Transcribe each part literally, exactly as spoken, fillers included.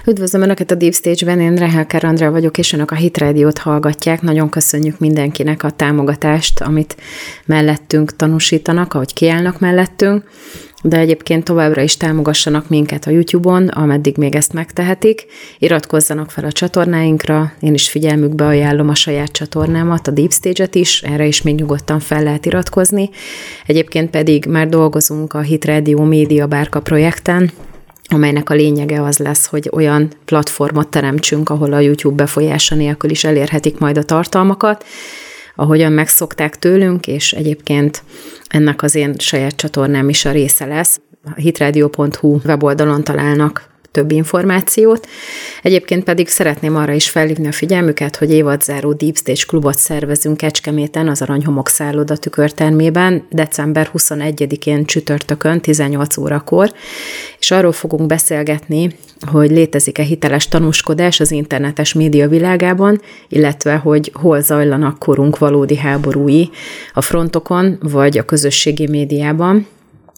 Üdvözlöm Önöket a Deep Stage-ben, én Rehelker Andrea vagyok, és Önök a Hit Rádiót hallgatják. Nagyon köszönjük mindenkinek a támogatást, amit mellettünk tanúsítanak, ahogy kiállnak mellettünk, de egyébként továbbra is támogassanak minket a YouTube-on, ameddig még ezt megtehetik. Iratkozzanak fel a csatornáinkra, én is figyelmükbe ajánlom a saját csatornámat, a Deep Stage-et is, erre is még nyugodtan fel lehet iratkozni. Egyébként pedig már dolgozunk a Hit Rádió Média Bárka projekten, amelynek a lényege az lesz, hogy olyan platformot teremtsünk, ahol a YouTube befolyása nélkül is elérhetik majd a tartalmakat, ahogyan megszokták tőlünk, és egyébként ennek az én saját csatornám is a része lesz. A hitradio pont hu weboldalon találnak több információt. Egyébként pedig szeretném arra is felhívni a figyelmüket, hogy évadzáró Deep Stage klubot szervezünk Kecskeméten, az Aranyhomok szálloda tükörtermében, december huszonegyedikén csütörtökön, tizennyolc órakor, és arról fogunk beszélgetni, hogy létezik-e hiteles tanúskodás az internetes média világában, illetve hogy hol zajlanak korunk valódi háborúi a frontokon, vagy a közösségi médiában,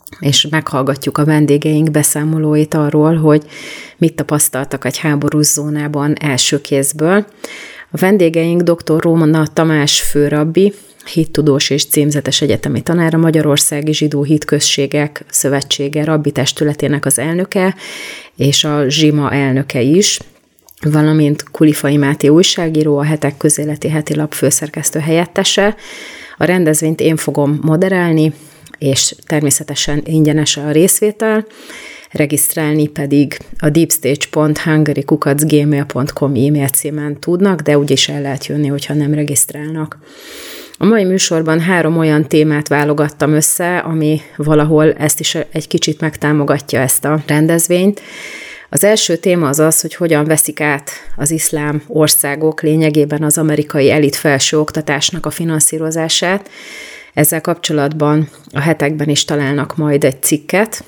és meghallgatjuk a vendégeink beszámolóit arról, hogy mit tapasztaltak egy háborús zónában első kézből. A vendégeink dr. Rómana Tamás főrabbi, hittudós és címzetes egyetemi tanár, a Magyarországi Zsidó Hitközségek Szövetsége rabbi testületének az elnöke, és a zsima elnöke is, valamint Kulifai Máté újságíró, a Hetek közéleti hetilap főszerkesztő helyettese. A rendezvényt én fogom moderálni, és természetesen ingyenes a részvétel, regisztrálni pedig a deepstage pont hungary kukac gmail pont com e-mail címen tudnak, de úgyis el lehet jönni, hogyha nem regisztrálnak. A mai műsorban három olyan témát válogattam össze, ami valahol ezt is egy kicsit megtámogatja, ezt a rendezvényt. Az első téma az az, hogy hogyan veszik át az iszlám országok lényegében az amerikai elit felsőoktatásnak a finanszírozását. Ezzel kapcsolatban a Hetekben is találnak majd egy cikket,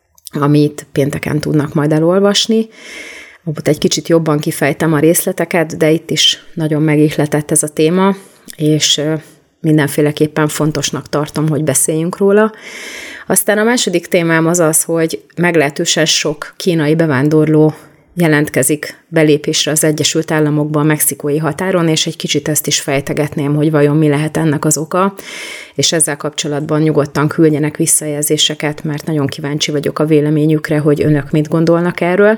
amit pénteken tudnak majd elolvasni. Ott egy kicsit jobban kifejtem a részleteket, de itt is nagyon megihletett ez a téma, és mindenféleképpen fontosnak tartom, hogy beszéljünk róla. Aztán a második témám az az, hogy meglehetősen sok kínai bevándorló jelentkezik belépésre az Egyesült Államokban a mexikói határon, és egy kicsit ezt is fejtegetném, hogy vajon mi lehet ennek az oka, és ezzel kapcsolatban nyugodtan küldjenek visszajelzéseket, mert nagyon kíváncsi vagyok a véleményükre, hogy önök mit gondolnak erről.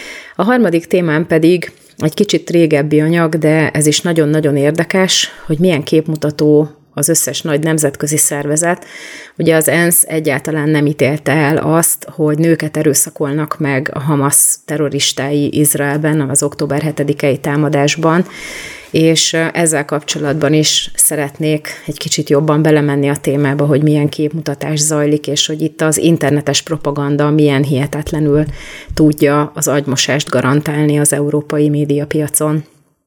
A harmadik témám pedig egy kicsit régebbi anyag, de ez is nagyon-nagyon érdekes, hogy milyen képmutató az összes nagy nemzetközi szervezet. Ugye az ENSZ egyáltalán nem ítélte el azt, hogy nőket erőszakolnak meg a Hamas terroristái Izraelben, az október hetedikei támadásban, és ezzel kapcsolatban is szeretnék egy kicsit jobban belemenni a témába, hogy milyen képmutatás zajlik, és hogy itt az internetes propaganda milyen hihetetlenül tudja az agymosást garantálni az európai médiapiacon.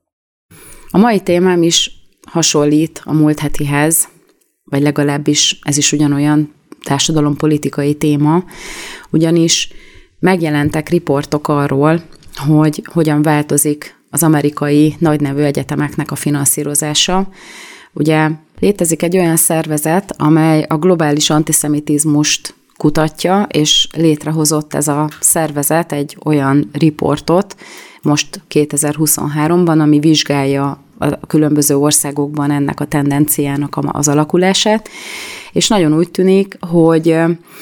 A mai témám is hasonlít a múlt hetihez, vagy legalábbis ez is ugyanolyan társadalompolitikai téma, ugyanis megjelentek riportok arról, hogy hogyan változik az amerikai nagynevű egyetemeknek a finanszírozása. Ugye létezik egy olyan szervezet, amely a globális antiszemitizmust kutatja, és létrehozott ez a szervezet egy olyan riportot, most kétezer-huszonháromban, ami vizsgálja a különböző országokban ennek a tendenciának az alakulását, és nagyon úgy tűnik, hogy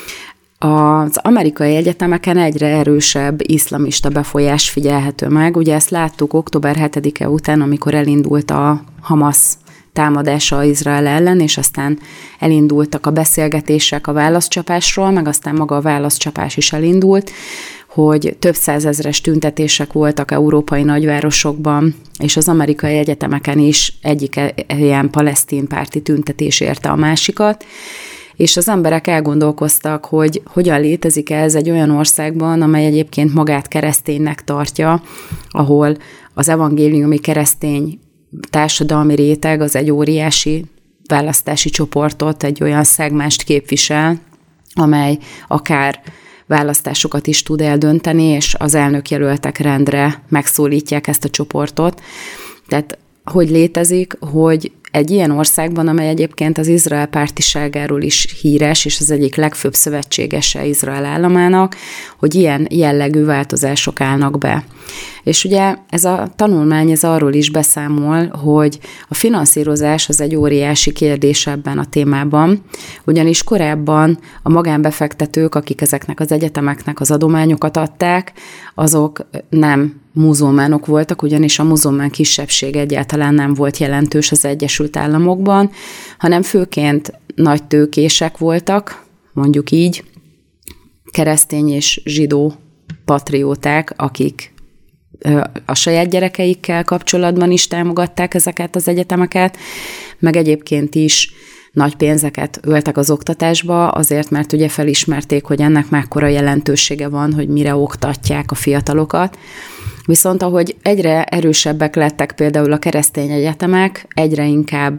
az amerikai egyetemeken egyre erősebb iszlamista befolyás figyelhető meg. Ugye ezt láttuk október hetedike után, amikor elindult a Hamas támadása Izrael ellen, és aztán elindultak a beszélgetések a válaszcsapásról, meg aztán maga a válaszcsapás is elindult, hogy több százezres tüntetések voltak európai nagyvárosokban, és az amerikai egyetemeken is egyik ilyen palesztin párti tüntetés érte a másikat, és az emberek elgondolkoztak, hogy hogyan létezik ez egy olyan országban, amely egyébként magát kereszténynek tartja, ahol az evangéliumi keresztény társadalmi réteg az egy óriási választási csoportot, egy olyan szegmást képvisel, amely akár választásokat is tud eldönteni, és az elnökjelöltek rendre megszólítják ezt a csoportot. Tehát hogy létezik, hogy egy ilyen országban, amely egyébként az Izrael pártiságáról is híres, és az egyik legfőbb szövetségese Izrael államának, hogy ilyen jellegű változások állnak be. És ugye ez a tanulmány ez arról is beszámol, hogy a finanszírozás az egy óriási kérdés ebben a témában, ugyanis korábban a magánbefektetők, akik ezeknek az egyetemeknek az adományokat adták, azok nem muzulmánok voltak, ugyanis a muzulmán kisebbség egyáltalán nem volt jelentős az Egyesült Államokban, hanem főként nagy tőkések voltak, mondjuk így, keresztény és zsidó patrióták, akik a saját gyerekeikkel kapcsolatban is támogatták ezeket az egyetemeket, meg egyébként is nagy pénzeket öltek az oktatásba, azért, mert ugye felismerték, hogy ennek mekkora jelentősége van, hogy mire oktatják a fiatalokat. Viszont ahogy egyre erősebbek lettek például a keresztény egyetemek, egyre inkább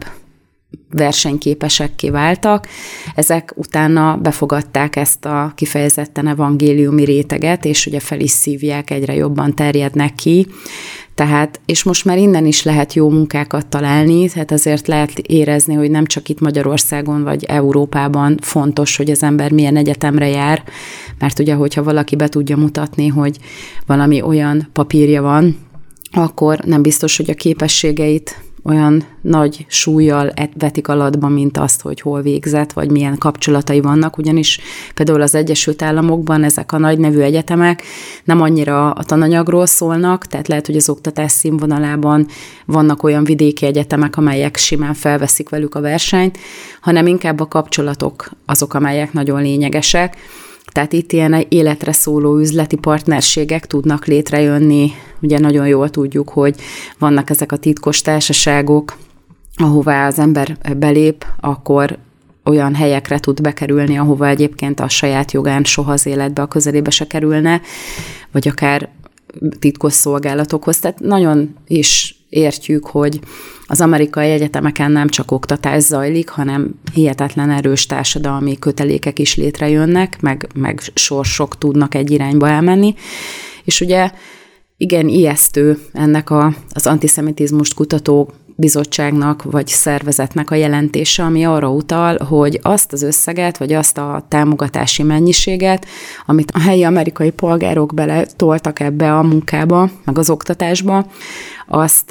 versenyképesekké váltak, ezek utána befogadták ezt a kifejezetten evangéliumi réteget, és ugye fel is szívják, egyre jobban terjednek ki. Tehát, és most már innen is lehet jó munkákat találni, tehát azért lehet érezni, hogy nem csak itt Magyarországon vagy Európában fontos, hogy az ember milyen egyetemre jár, mert ugye, hogyha valaki be tudja mutatni, hogy valami olyan papírja van, akkor nem biztos, hogy a képességeit olyan nagy súllyal vetik alatba, mint azt, hogy hol végzett, vagy milyen kapcsolatai vannak, ugyanis például az Egyesült Államokban ezek a nagy nevű egyetemek nem annyira a tananyagról szólnak, tehát lehet, hogy az oktatás színvonalában vannak olyan vidéki egyetemek, amelyek simán felveszik velük a versenyt, hanem inkább a kapcsolatok azok, amelyek nagyon lényegesek. Tehát itt ilyen életre szóló üzleti partnerségek tudnak létrejönni. Ugye nagyon jól tudjuk, hogy vannak ezek a titkos társaságok, ahová az ember belép, akkor olyan helyekre tud bekerülni, ahova egyébként a saját jogán soha az életbe a közelébe se kerülne, vagy akár titkos szolgálatokhoz. Tehát nagyon is értjük, hogy az amerikai egyetemeken nem csak oktatás zajlik, hanem hihetetlen erős társadalmi kötelékek is létrejönnek, meg, meg sorsok tudnak egy irányba elmenni. És ugye igen ijesztő ennek a, az antiszemitizmust kutató bizottságnak vagy szervezetnek a jelentése, ami arra utal, hogy azt az összeget, vagy azt a támogatási mennyiséget, amit a helyi amerikai polgárok bele toltak ebbe a munkába, meg az oktatásba, azt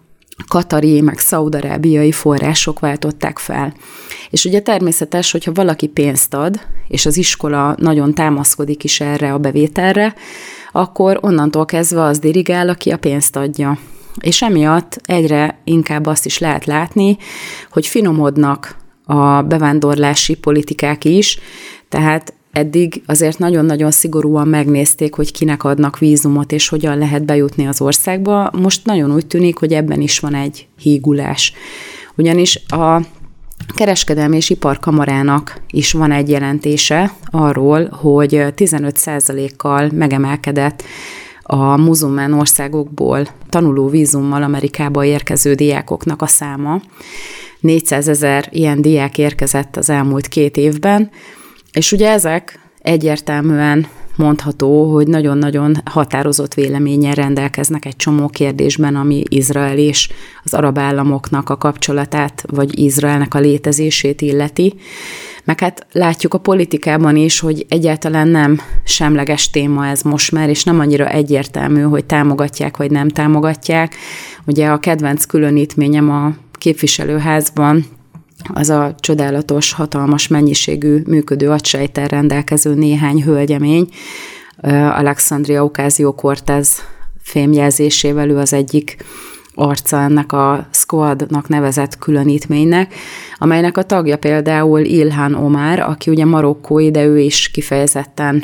katari, meg szaudarábiai források váltották fel. És ugye természetes, hogyha valaki pénzt ad, és az iskola nagyon támaszkodik is erre a bevételre, akkor onnantól kezdve az dirigál, aki a pénzt adja. És emiatt egyre inkább azt is lehet látni, hogy finomodnak a bevándorlási politikák is, tehát eddig azért nagyon-nagyon szigorúan megnézték, hogy kinek adnak vízumot, és hogyan lehet bejutni az országba. Most nagyon úgy tűnik, hogy ebben is van egy hígulás. Ugyanis a Kereskedelmi és Iparkamarának is van egy jelentése arról, hogy tizenöt százalékkal megemelkedett a muzulmán országokból tanuló vízummal Amerikába érkező diákoknak a száma. négyszázezer ilyen diák érkezett az elmúlt két évben, és ugye ezek egyértelműen mondható, hogy nagyon-nagyon határozott véleménnyel rendelkeznek egy csomó kérdésben, ami Izrael és az arab államoknak a kapcsolatát, vagy Izraelnek a létezését illeti. Meg hát látjuk a politikában is, hogy egyáltalán nem semleges téma ez most már, és nem annyira egyértelmű, hogy támogatják, vagy nem támogatják. Ugye a kedvenc különítményem a képviselőházban az a csodálatos, hatalmas mennyiségű működő agysejttel rendelkező néhány hölgyemény, Alexandria Ocasio-Cortez fémjelzésével, ő az egyik arca ennek a Squadnak nevezett különítménynek, amelynek a tagja például Ilhan Omar, aki ugye marokkói, de ő is kifejezetten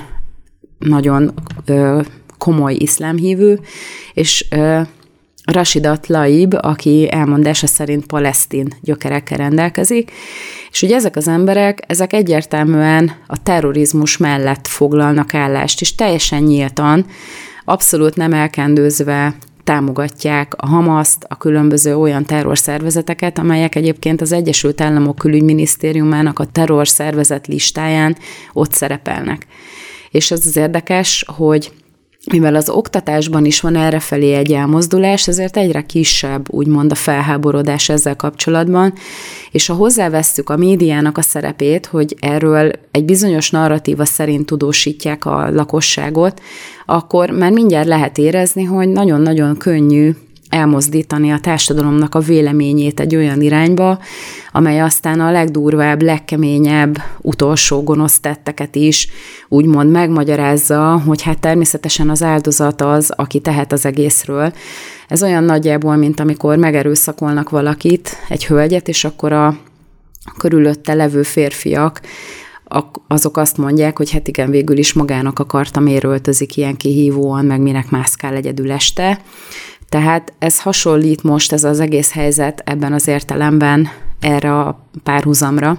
nagyon ö, komoly iszlámhívő, és ö, Rashida Tlaib, aki elmondása szerint palesztin gyökerekkel rendelkezik, és ugye ezek az emberek, ezek egyértelműen a terrorizmus mellett foglalnak állást, és teljesen nyíltan, abszolút nem elkendőzve támogatják a Hamaszt, a különböző olyan terrorszervezeteket, amelyek egyébként az Egyesült Államok Külügyminisztériumának a terrorszervezet listáján ott szerepelnek. És ez az érdekes, hogy mivel az oktatásban is van errefelé egy elmozdulás, ezért egyre kisebb, úgymond a felháborodás ezzel kapcsolatban, és ha hozzávesszük a médiának a szerepét, hogy erről egy bizonyos narratíva szerint tudósítják a lakosságot, akkor már mindjárt lehet érezni, hogy nagyon-nagyon könnyű elmozdítani a társadalomnak a véleményét egy olyan irányba, amely aztán a legdurvább, legkeményebb, utolsó gonosz tetteket is úgymond megmagyarázza, hogy hát természetesen az áldozat az, aki tehet az egészről. Ez olyan nagyjából, mint amikor megerőszakolnak valakit, egy hölgyet, és akkor a körülötte levő férfiak azok azt mondják, hogy hát igen, végül is magának akarta, miért öltözik ilyen kihívóan, meg minek mászkál egyedül este. Tehát ez hasonlít most ez az egész helyzet ebben az értelemben erre a párhuzamra,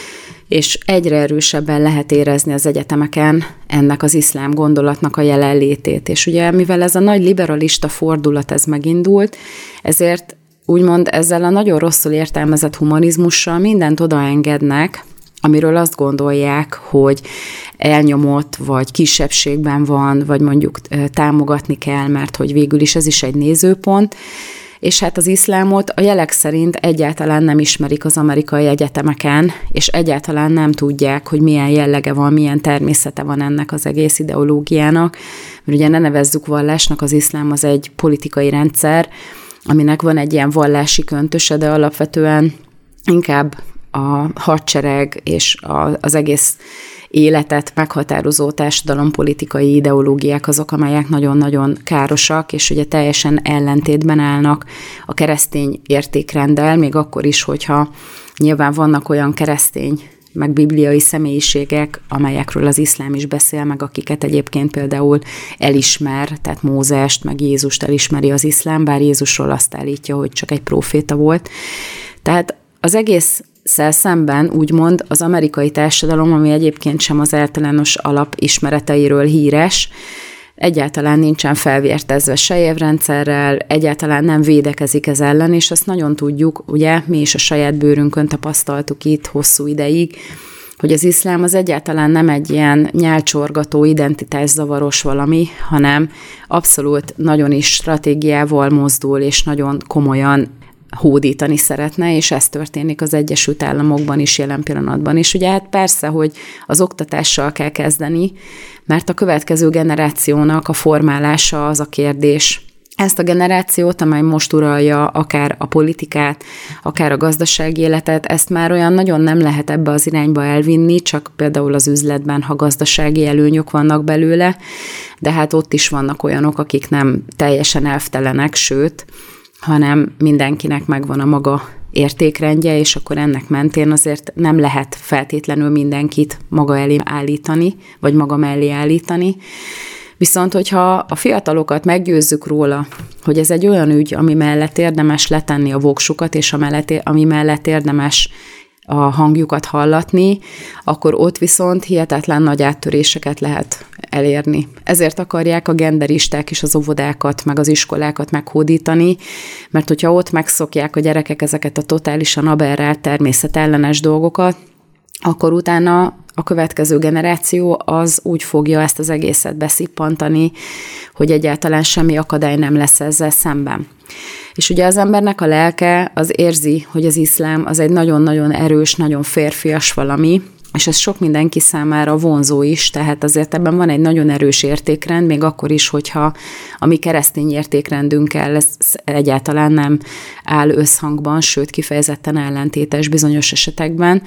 és egyre erősebben lehet érezni az egyetemeken ennek az iszlám gondolatnak a jelenlétét. És ugye, mivel ez a nagy liberalista fordulat ez megindult, ezért úgymond ezzel a nagyon rosszul értelmezett humanizmussal mindent odaengednek, amiről azt gondolják, hogy elnyomott, vagy kisebbségben van, vagy mondjuk támogatni kell, mert hogy végül is ez is egy nézőpont, és hát az iszlámot a jelek szerint egyáltalán nem ismerik az amerikai egyetemeken, és egyáltalán nem tudják, hogy milyen jellege van, milyen természete van ennek az egész ideológiának, mert ugye ne nevezzük vallásnak, az iszlám az egy politikai rendszer, aminek van egy ilyen vallási köntöse, de alapvetően inkább a hadsereg és az egész életet meghatározó társadalompolitikai ideológiák azok, amelyek nagyon-nagyon károsak, és ugye teljesen ellentétben állnak a keresztény értékrenddel, még akkor is, hogyha nyilván vannak olyan keresztény, meg bibliai személyiségek, amelyekről az iszlám is beszél, meg akiket egyébként például elismer, tehát Mózest, meg Jézust elismeri az iszlám, bár Jézusról azt állítja, hogy csak egy próféta volt. Tehát az egész szel szemben úgymond az amerikai társadalom, ami egyébként sem az általános alapismereteiről híres, egyáltalán nincsen felvértezve se évrendszerrel, egyáltalán nem védekezik ez ellen, és ezt nagyon tudjuk, ugye mi is a saját bőrünkön tapasztaltuk itt hosszú ideig, hogy az iszlám az egyáltalán nem egy ilyen nyálcsorgató, identitászavaros valami, hanem abszolút nagyon is stratégiával mozdul, és nagyon komolyan hódítani szeretne, és ez történik az Egyesült Államokban is jelen pillanatban. És ugye hát persze, hogy az oktatással kell kezdeni, mert a következő generációnak a formálása az a kérdés. Ezt a generációt, amely most uralja akár a politikát, akár a gazdasági életet, ezt már olyan nagyon nem lehet ebbe az irányba elvinni, csak például az üzletben, ha gazdasági előnyök vannak belőle, de hát ott is vannak olyanok, akik nem teljesen elvtelenek, sőt, hanem mindenkinek megvan a maga értékrendje, és akkor ennek mentén azért nem lehet feltétlenül mindenkit maga elé állítani, vagy maga mellé állítani. Viszont, hogyha a fiatalokat meggyőzzük róla, hogy ez egy olyan ügy, ami mellett érdemes letenni a voksukat, és ami mellett érdemes a hangjukat hallatni, akkor ott viszont hihetetlen nagy áttöréseket lehet elérni. Ezért akarják a genderisták is az óvodákat, meg az iskolákat meghódítani, mert hogyha ott megszokják a gyerekek ezeket a totálisan aberrált természetellenes dolgokat, akkor utána a következő generáció az úgy fogja ezt az egészet beszippantani, hogy egyáltalán semmi akadály nem lesz ezzel szemben. És ugye az embernek a lelke az érzi, hogy az iszlám az egy nagyon-nagyon erős, nagyon férfias valami, és ez sok mindenki számára vonzó is, tehát azért ebben van egy nagyon erős értékrend, még akkor is, hogyha a mi keresztény értékrendünkkel ez egyáltalán nem áll összhangban, sőt kifejezetten ellentétes bizonyos esetekben,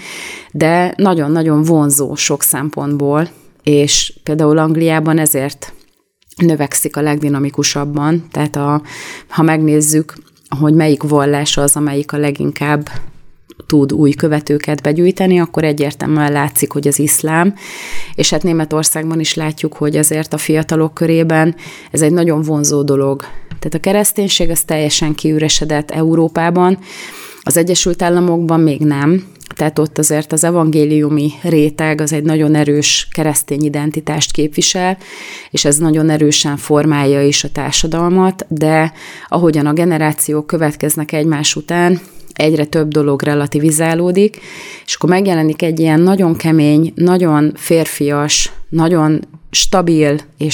de nagyon-nagyon vonzó sok szempontból, és például Angliában ezért növekszik a legdinamikusabban, tehát a, ha megnézzük, hogy melyik vallás az, amelyik a leginkább tud új követőket begyűjteni, akkor egyértelműen látszik, hogy az iszlám, és hát Németországban is látjuk, hogy azért a fiatalok körében ez egy nagyon vonzó dolog. Tehát a kereszténység az teljesen kiüresedett Európában, az Egyesült Államokban még nem, tehát ott azért az evangéliumi réteg az egy nagyon erős keresztény identitást képvisel, és ez nagyon erősen formálja is a társadalmat, de ahogyan a generációk következnek egymás után, egyre több dolog relativizálódik, és akkor megjelenik egy ilyen nagyon kemény, nagyon férfias, nagyon stabil és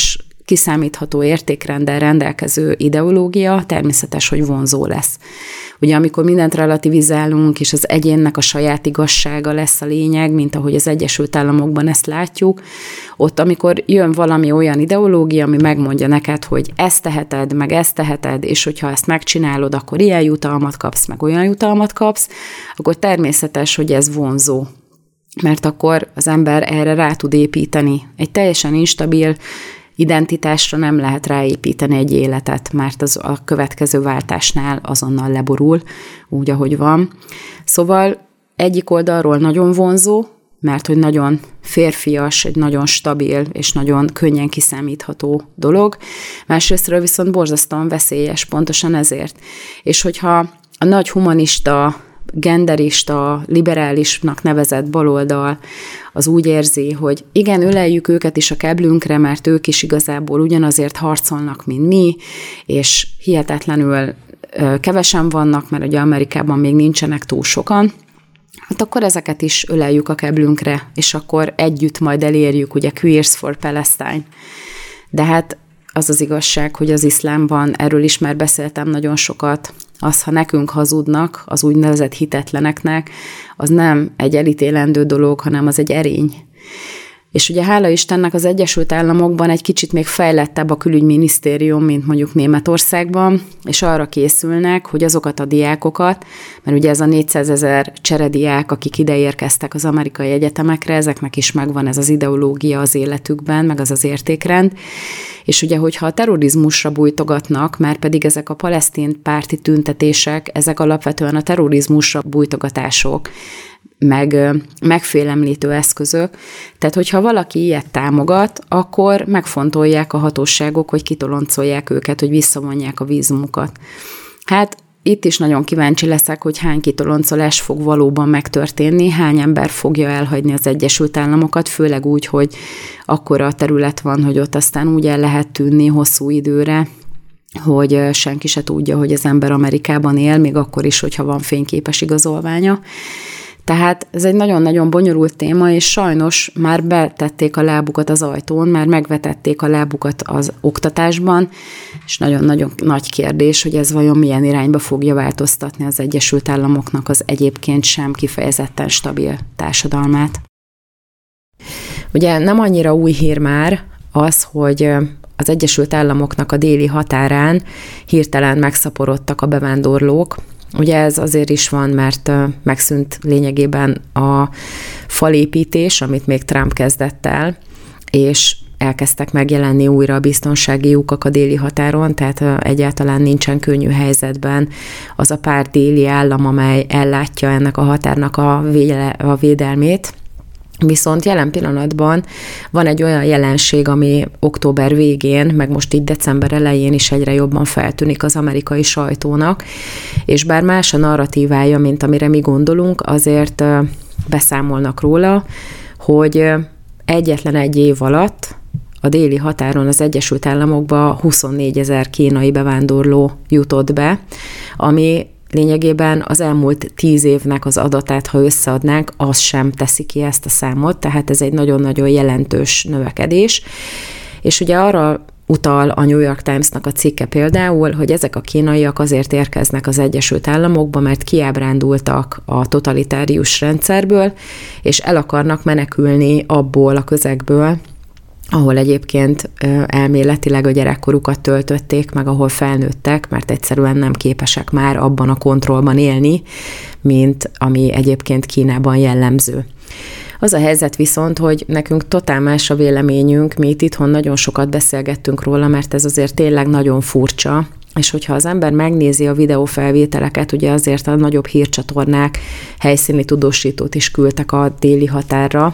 kiszámítható értékrenddel rendelkező ideológia természetes, hogy vonzó lesz. Ugye amikor mindent relativizálunk, és az egyénnek a saját igazsága lesz a lényeg, mint ahogy az Egyesült Államokban ezt látjuk, ott amikor jön valami olyan ideológia, ami megmondja neked, hogy ezt teheted, meg ezt teheted, és hogyha ezt megcsinálod, akkor ilyen jutalmat kapsz, meg olyan jutalmat kapsz, akkor természetes, hogy ez vonzó. Mert akkor az ember erre rá tud építeni. Egy teljesen instabil identitásra nem lehet ráépíteni egy életet, mert az a következő váltásnál azonnal leborul, úgy, ahogy van. Szóval egyik oldalról nagyon vonzó, mert hogy nagyon férfias, egy nagyon stabil és nagyon könnyen kiszámítható dolog. Másrésztről viszont borzasztóan veszélyes, pontosan ezért. És hogyha a nagy humanista, genderista, liberálisnak nevezett baloldal az úgy érzi, hogy igen, öleljük őket is a keblünkre, mert ők is igazából ugyanazért harcolnak, mint mi, és hihetetlenül kevesen vannak, mert ugye Amerikában még nincsenek túl sokan, hát akkor ezeket is öleljük a keblünkre, és akkor együtt majd elérjük, ugye Queers for Palestine. De hát az az igazság, hogy az iszlámban, erről is már beszéltem nagyon sokat, az, ha nekünk hazudnak, az úgynevezett hitetleneknek, az nem egy elítélendő dolog, hanem az egy erény. És ugye hála Istennek az Egyesült Államokban egy kicsit még fejlettebb a külügyminisztérium, mint mondjuk Németországban, és arra készülnek, hogy azokat a diákokat, mert ugye ez a négyszázezer cserediák, akik ide érkeztek az amerikai egyetemekre, ezeknek is megvan ez az ideológia az életükben, meg az az értékrend, és ugye, hogyha a terrorizmusra bújtogatnak, már pedig ezek a palesztin párti tüntetések, ezek alapvetően a terrorizmusra bújtogatások, meg megfélemlítő eszközök. Tehát, hogyha valaki ilyet támogat, akkor megfontolják a hatóságok, hogy kitoloncolják őket, hogy visszavonják a vízumukat. Hát itt is nagyon kíváncsi leszek, hogy hány kitoloncolás fog valóban megtörténni, hány ember fogja elhagyni az Egyesült Államokat, főleg úgy, hogy akkora a terület van, hogy ott aztán úgy el lehet tűnni hosszú időre, hogy senki se tudja, hogy az ember Amerikában él, még akkor is, hogyha van fényképes igazolványa. Tehát ez egy nagyon-nagyon bonyolult téma, és sajnos már betették a lábukat az ajtón, már megvetették a lábukat az oktatásban, és nagyon-nagyon nagy kérdés, hogy ez vajon milyen irányba fogja változtatni az Egyesült Államoknak az egyébként sem kifejezetten stabil társadalmát. Ugye nem annyira új hír már az, hogy az Egyesült Államoknak a déli határán hirtelen megszaporodtak a bevándorlók. Ugye ez azért is van, mert megszűnt lényegében a falépítés, amit még Trump kezdett el, és elkezdtek megjelenni újra a biztonsági lyukak a déli határon, tehát egyáltalán nincsen könnyű helyzetben az a pár déli állam, amely ellátja ennek a határnak a, véle, a védelmét. Viszont jelen pillanatban van egy olyan jelenség, ami október végén, meg most így december elején is egyre jobban feltűnik az amerikai sajtónak, és bár más a narratívája, mint amire mi gondolunk, azért beszámolnak róla, hogy egyetlen egy év alatt a déli határon az Egyesült Államokba huszonnégyezer kínai bevándorló jutott be, ami lényegében az elmúlt tíz évnek az adatát, ha összeadnánk, az sem teszi ki ezt a számot, tehát ez egy nagyon-nagyon jelentős növekedés. És ugye arra utal a New York Times-nak a cikke például, hogy ezek a kínaiak azért érkeznek az Egyesült Államokba, mert kiábrándultak a totalitárius rendszerből, és el akarnak menekülni abból a közegből, ahol egyébként elméletileg a gyerekkorukat töltötték, meg ahol felnőttek, mert egyszerűen nem képesek már abban a kontrollban élni, mint ami egyébként Kínában jellemző. Az a helyzet viszont, hogy nekünk totál más a véleményünk, mi itt itthon nagyon sokat beszélgettünk róla, mert ez azért tényleg nagyon furcsa, és hogyha az ember megnézi a videófelvételeket, ugye azért a nagyobb hírcsatornák helyszíni tudósítót is küldtek a déli határra,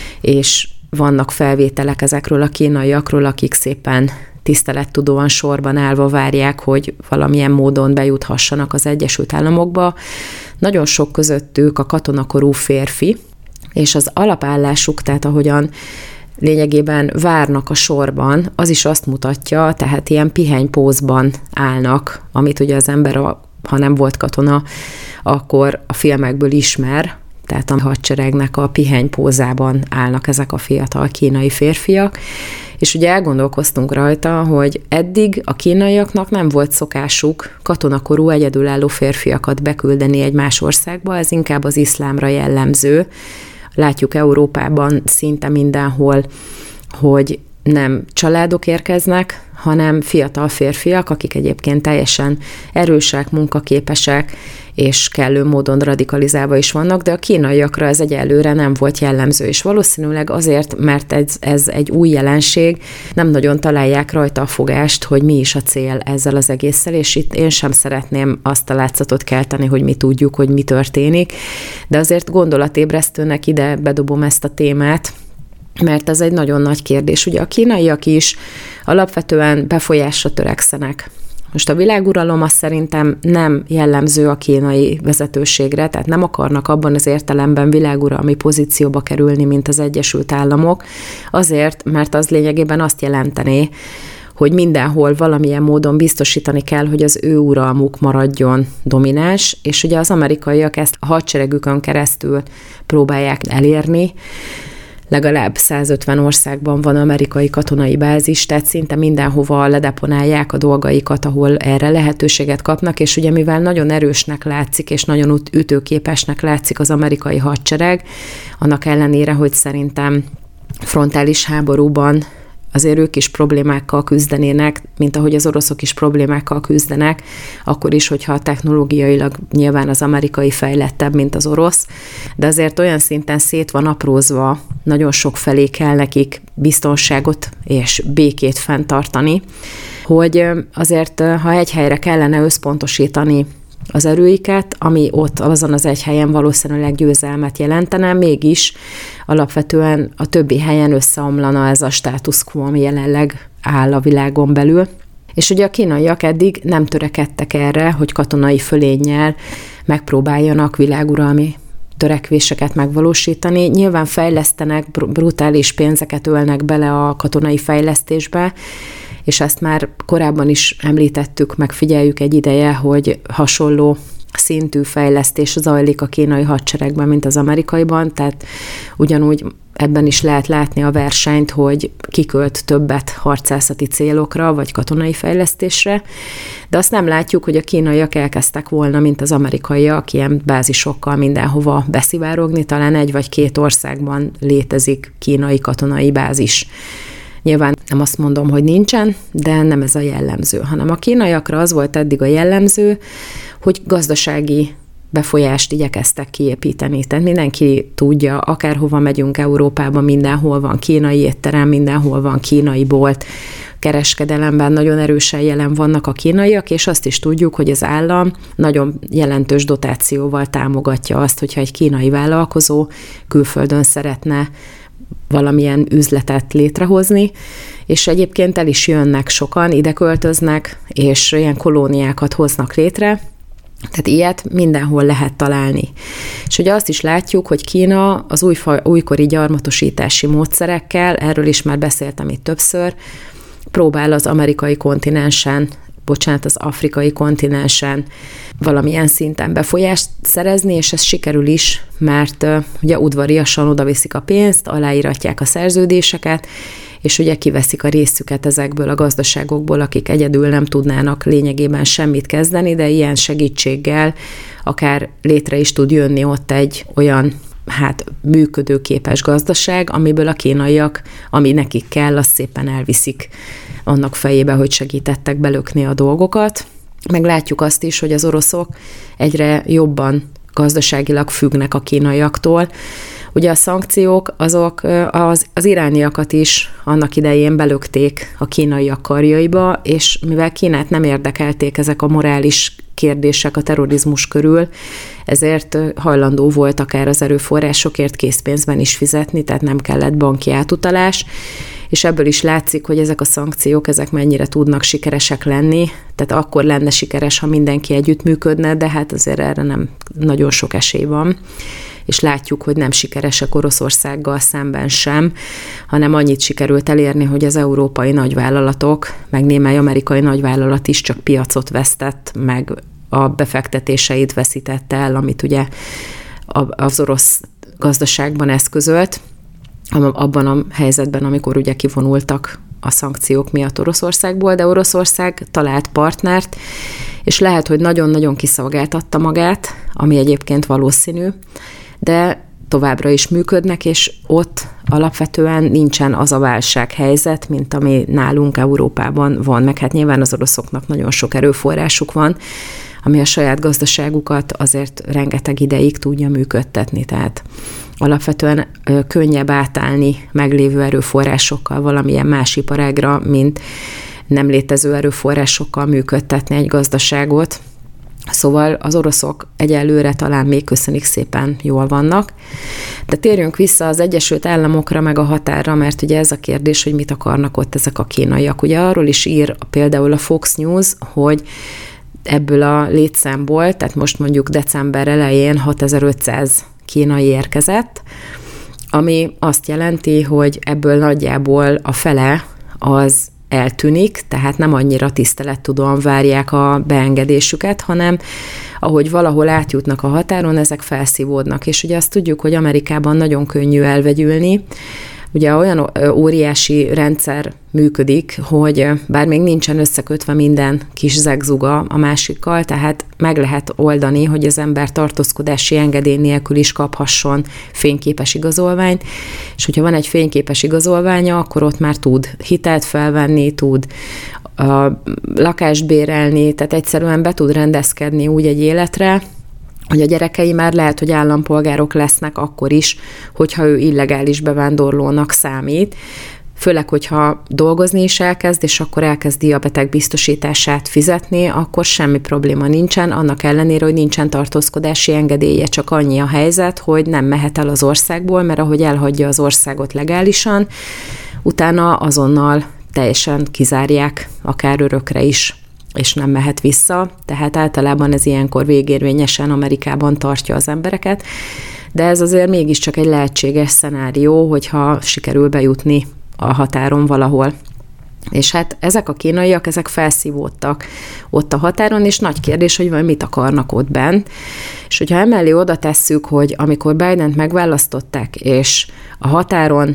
és vannak felvételek ezekről a kínaiakról, akik szépen tisztelettudóan sorban állva várják, hogy valamilyen módon bejuthassanak az Egyesült Államokba. Nagyon sok közöttük a katonakorú férfi, és az alapállásuk, tehát ahogyan lényegében várnak a sorban, az is azt mutatja, tehát ilyen pihenypózban állnak, amit ugye az ember, ha nem volt katona, akkor a filmekből ismer, tehát a hadseregnek a pihenypózában állnak ezek a fiatal kínai férfiak, és ugye elgondolkoztunk rajta, hogy eddig a kínaiaknak nem volt szokásuk katonakorú egyedülálló férfiakat beküldeni egy más országba, ez inkább az iszlámra jellemző. Látjuk Európában szinte mindenhol, hogy nem családok érkeznek, hanem fiatal férfiak, akik egyébként teljesen erősek, munkaképesek, és kellő módon radikalizálva is vannak, de a kínaiakra ez egyelőre nem volt jellemző, és valószínűleg azért, mert ez, ez egy új jelenség, nem nagyon találják rajta a fogást, hogy mi is a cél ezzel az egésszel, és itt én sem szeretném azt a látszatot kelteni, hogy mi tudjuk, hogy mi történik, de azért gondolatébresztőnek ide bedobom ezt a témát, mert ez egy nagyon nagy kérdés. Ugye a kínaiak is alapvetően befolyásra törekszenek. Most a világuralom az szerintem nem jellemző a kínai vezetőségre, tehát nem akarnak abban az értelemben világuralmi pozícióba kerülni, mint az Egyesült Államok, azért, mert az lényegében azt jelentené, hogy mindenhol valamilyen módon biztosítani kell, hogy az ő uralmuk maradjon domináns, és ugye az amerikaiak ezt a hadseregükön keresztül próbálják elérni. Legalább százötven országban van amerikai katonai bázis, tehát szinte mindenhova ledeponálják a dolgaikat, ahol erre lehetőséget kapnak, és ugye mivel nagyon erősnek látszik, és nagyon ütőképesnek látszik az amerikai hadsereg, annak ellenére, hogy szerintem frontális háborúban azért ők is problémákkal küzdenének, mint ahogy az oroszok is problémákkal küzdenek, akkor is, hogyha technológiailag nyilván az amerikai fejlettebb, mint az orosz, de azért olyan szinten szét van aprózva, nagyon sok felé kell nekik biztonságot és békét fenntartani, hogy azért, ha egy helyre kellene összpontosítani az erőiket, ami ott azon az egy helyen valószínűleg győzelmet jelentene, mégis alapvetően a többi helyen összeomlana ez a status quo, ami jelenleg áll a világon belül. És ugye a kínaiak eddig nem törekedtek erre, hogy katonai fölénnyel megpróbáljanak világuralmi törekvéseket megvalósítani. Nyilván fejlesztenek, brutális pénzeket ölnek bele a katonai fejlesztésbe, és ezt már korábban is említettük, megfigyeljük egy ideje, hogy hasonló szintű fejlesztés zajlik a kínai hadseregben, mint az amerikaiban, tehát ugyanúgy ebben is lehet látni a versenyt, hogy kikölt többet harcászati célokra, vagy katonai fejlesztésre, de azt nem látjuk, hogy a kínaiak elkezdtek volna, mint az amerikaiak, ilyen bázisokkal mindenhova beszivárogni, talán egy vagy két országban létezik kínai katonai bázis. Nyilván nem azt mondom, hogy nincsen, de nem ez a jellemző, hanem a kínaiakra az volt eddig a jellemző, hogy gazdasági befolyást igyekeztek kiépíteni. Tehát mindenki tudja, akárhova megyünk Európában, mindenhol van kínai étterem, mindenhol van kínai bolt, kereskedelemben nagyon erősen jelen vannak a kínaiak, és azt is tudjuk, hogy az állam nagyon jelentős dotációval támogatja azt, hogyha egy kínai vállalkozó külföldön szeretne valamilyen üzletet létrehozni, és egyébként el is jönnek sokan, ide költöznek, és ilyen kolóniákat hoznak létre, tehát ilyet mindenhol lehet találni. És ugye azt is látjuk, hogy Kína az újfa, újkori gyarmatosítási módszerekkel, erről is már beszéltem itt többször, próbál az amerikai kontinensen, bocsánat, az afrikai kontinensen valamilyen szinten befolyást szerezni, és ez sikerül is, mert uh, ugye udvariasan odaviszik a pénzt, aláíratják a szerződéseket, és ugye kiveszik a részüket ezekből a gazdaságokból, akik egyedül nem tudnának lényegében semmit kezdeni, de ilyen segítséggel akár létre is tud jönni ott egy olyan hát működőképes gazdaság, amiből a kínaiak, ami nekik kell, azt szépen elviszik annak fejébe, hogy segítettek belökni a dolgokat. Meg látjuk azt is, hogy az oroszok egyre jobban gazdaságilag függnek a kínaiaktól. Ugye a szankciók azok az, az irániakat is annak idején belökték a kínaiak karjaiba, és mivel Kínát nem érdekelték ezek a morális kérdések a terrorizmus körül, ezért hajlandó volt akár az erőforrásokért készpénzben is fizetni, tehát nem kellett banki átutalás, és ebből is látszik, hogy ezek a szankciók, ezek mennyire tudnak sikeresek lenni, tehát akkor lenne sikeres, ha mindenki együttműködne, de hát azért erre nem nagyon sok esély van, és látjuk, hogy nem sikeresek Oroszországgal szemben sem, hanem annyit sikerült elérni, hogy az európai nagyvállalatok, meg némely amerikai nagyvállalat is csak piacot vesztett, meg a befektetéseit veszítette el, amit ugye az orosz gazdaságban eszközölt, abban a helyzetben, amikor ugye kivonultak a szankciók miatt Oroszországból, de Oroszország talált partnert, és lehet, hogy nagyon-nagyon kiszolgáltatta magát, ami egyébként valószínű, de továbbra is működnek, és ott alapvetően nincsen az a válsághelyzet, mint ami nálunk Európában van, meg hát nyilván az oroszoknak nagyon sok erőforrásuk van, ami a saját gazdaságukat azért rengeteg ideig tudja működtetni, tehát alapvetően ö, könnyebb átállni meglévő erőforrásokkal valamilyen más iparágra, mint nem létező erőforrásokkal működtetni egy gazdaságot. Szóval az oroszok egyelőre talán még köszönik szépen jól vannak. De térjünk vissza az Egyesült Államokra, meg a határra, mert ugye ez a kérdés, hogy mit akarnak ott ezek a kínaiak. Ugye arról is ír például a Fox News, hogy ebből a létszámból, tehát most mondjuk december elején hatezer-ötszáz kínai érkezett, ami azt jelenti, hogy ebből nagyjából a fele az eltűnik, tehát nem annyira tisztelettudóan várják a beengedésüket, hanem ahogy valahol átjutnak a határon, ezek felszívódnak. És ugye azt tudjuk, hogy Amerikában nagyon könnyű elvegyülni. Ugye olyan óriási rendszer működik, hogy bár még nincsen összekötve minden kis zegzuga a másikkal, tehát meg lehet oldani, hogy az ember tartózkodási engedély nélkül is kaphasson fényképes igazolványt, és hogyha van egy fényképes igazolványa, akkor ott már tud hitelt felvenni, tud a lakást bérelni, tehát egyszerűen be tud rendezkedni úgy egy életre, hogy a gyerekei már lehet, hogy állampolgárok lesznek akkor is, hogyha ő illegális bevándorlónak számít, főleg, hogyha dolgozni is elkezd, és akkor elkezdi a beteg biztosítását fizetni, akkor semmi probléma nincsen, annak ellenére, hogy nincsen tartózkodási engedélye, csak annyi a helyzet, hogy nem mehet el az országból, mert ahogy elhagyja az országot legálisan, utána azonnal teljesen kizárják, akár örökre is, és nem mehet vissza, tehát általában ez ilyenkor végérvényesen Amerikában tartja az embereket, de ez azért mégiscsak egy lehetséges szenárió, hogyha sikerül bejutni a határon valahol. És hát ezek a kínaiak, ezek felszívódtak ott a határon, és nagy kérdés, hogy vagy mit akarnak ott bent. És hogyha emellé oda tesszük, hogy amikor Bident megválasztották, és a határon